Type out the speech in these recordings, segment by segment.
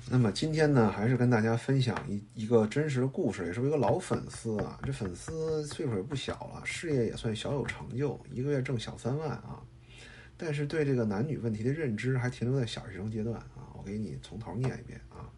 那么今天呢，还是跟大家分享一个真实的故事，也是一个老粉丝啊。这粉丝岁数也不小了，事业也算小有成就，一个月挣小3万啊。但是对这个男女问题的认知还停留在小学生阶段啊。我给你从头念一遍啊。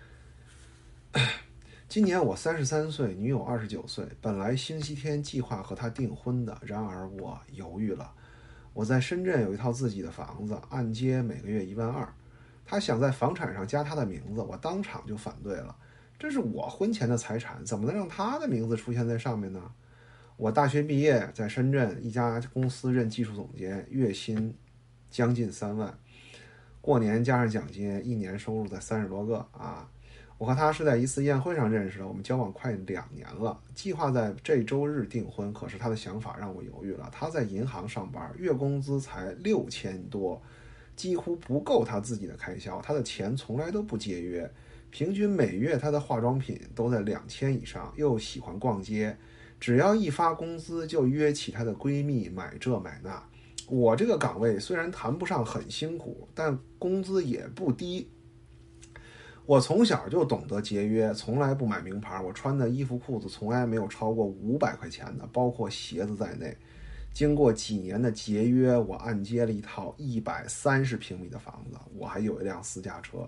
今年我33岁，女友29岁，本来星期天计划和她订婚的，然而我犹豫了。我在深圳有一套自己的房子，按揭每个月1万2。他想在房产上加他的名字，我当场就反对了。这是我婚前的财产，怎么能让他的名字出现在上面呢？我大学毕业，在深圳一家公司任技术总监，月薪将近3万，过年加上奖金，一年收入在30多个啊。我和他是在一次宴会上认识的，我们交往快2年了，计划在这周日订婚，可是他的想法让我犹豫了。他在银行上班，月工资才6000多，几乎不够他自己的开销，他的钱从来都不节约，平均每月他的化妆品都在2000以上，又喜欢逛街，只要一发工资就约起她的闺蜜买这买那。我这个岗位虽然谈不上很辛苦，但工资也不低。我从小就懂得节约，从来不买名牌，我穿的衣服裤子从来没有超过500块钱的，包括鞋子在内。经过几年的节约，我按揭了一套130平米的房子，我还有一辆私家车。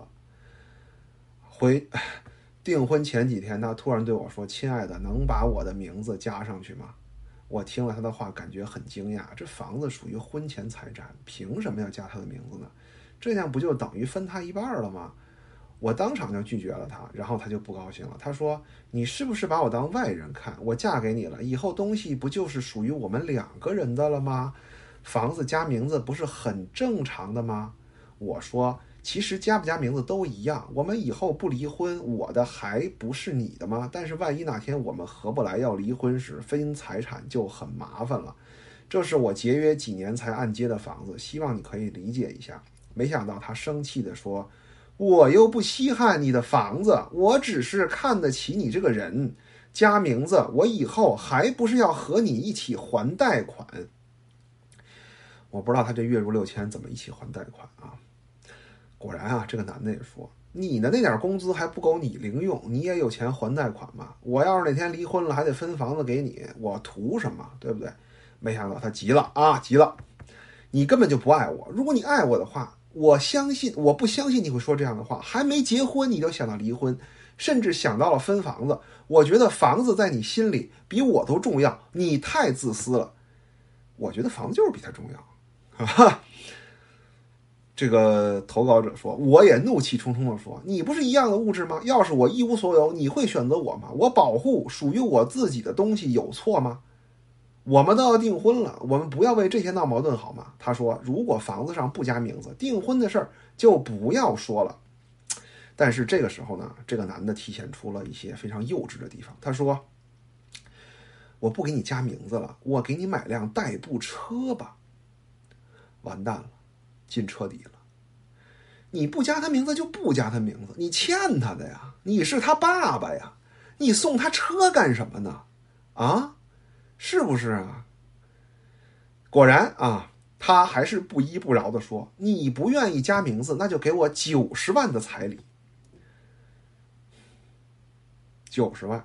订婚前几天，他突然对我说：“亲爱的，能把我的名字加上去吗？”我听了他的话，感觉很惊讶。这房子属于婚前财产，凭什么要加他的名字呢？这样不就等于分他一半了吗？我当场就拒绝了他，然后他就不高兴了。他说：“你是不是把我当外人看？我嫁给你了，以后东西不就是属于我们2个人的了吗？房子加名字不是很正常的吗？”我说：“其实加不加名字都一样，我们以后不离婚，我的还不是你的吗？但是万一哪天我们合不来要离婚时，分财产就很麻烦了。这是我节约几年才按揭的房子，希望你可以理解一下。”没想到他生气地说：“我又不稀罕你的房子，我只是看得起你这个人。加名字，我以后还不是要和你一起还贷款？”我不知道他这月入6000怎么一起还贷款啊？果然啊，这个男的也说：“你的那点工资还不够你零用，你也有钱还贷款吗？我要是哪天离婚了，还得分房子给你，我图什么？对不对？”没想到他急了啊，急了！你根本就不爱我，如果你爱我的话，我不相信你会说这样的话。还没结婚你就想到离婚，甚至想到了分房子。我觉得房子在你心里比我都重要，你太自私了。我觉得房子就是比他重要。哈哈。这个投稿者说：“我也怒气冲冲地说，你不是一样的物质吗？要是我一无所有，你会选择我吗？我保护属于我自己的东西有错吗？我们都要订婚了，我们不要为这些闹矛盾好吗？”他说：“如果房子上不加名字，订婚的事儿就不要说了。”但是这个时候呢，这个男的体现出了一些非常幼稚的地方。他说：“我不给你加名字了，我给你买辆代步车吧。”完蛋了，进车底了。你不加他名字就不加他名字，你欠他的呀，你是他爸爸呀，你送他车干什么呢？啊，是不是啊？果然啊，他还是不依不饶地说：“你不愿意加名字，那就给我90万的彩礼。”90万。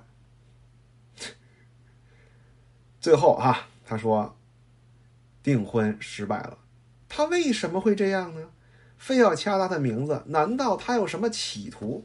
最后啊，他说订婚失败了。他为什么会这样呢？非要掐他的名字，难道他有什么企图？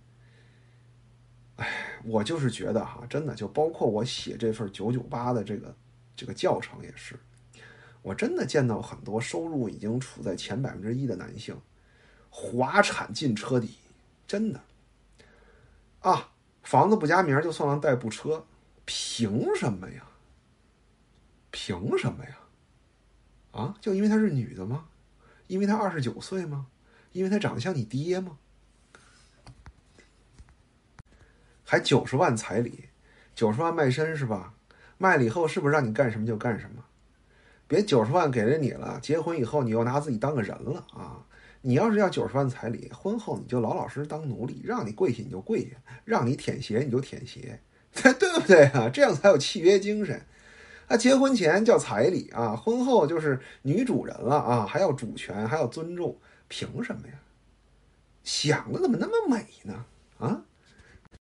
我就是觉得哈，真的就包括我写这份998的这个教程也是，我真的见到很多收入已经处在前1%的男性，滑铲进车底，真的啊，房子不加名就送上代步车，凭什么呀？凭什么呀？啊，就因为她是女的吗？因为她29岁吗？因为她长得像你爹吗？还90万彩礼，90万卖身是吧？卖了以后是不是让你干什么就干什么？别90万给了你了，结婚以后你又拿自己当个人了啊！你要是要90万彩礼，婚后你就老老实实当奴隶，让你跪下你就跪下，让你舔鞋你就舔鞋，对不对啊？这样才有契约精神。结婚前叫彩礼啊，婚后就是女主人了啊，还要主权，还要尊重，凭什么呀？ 想的怎么那么美呢？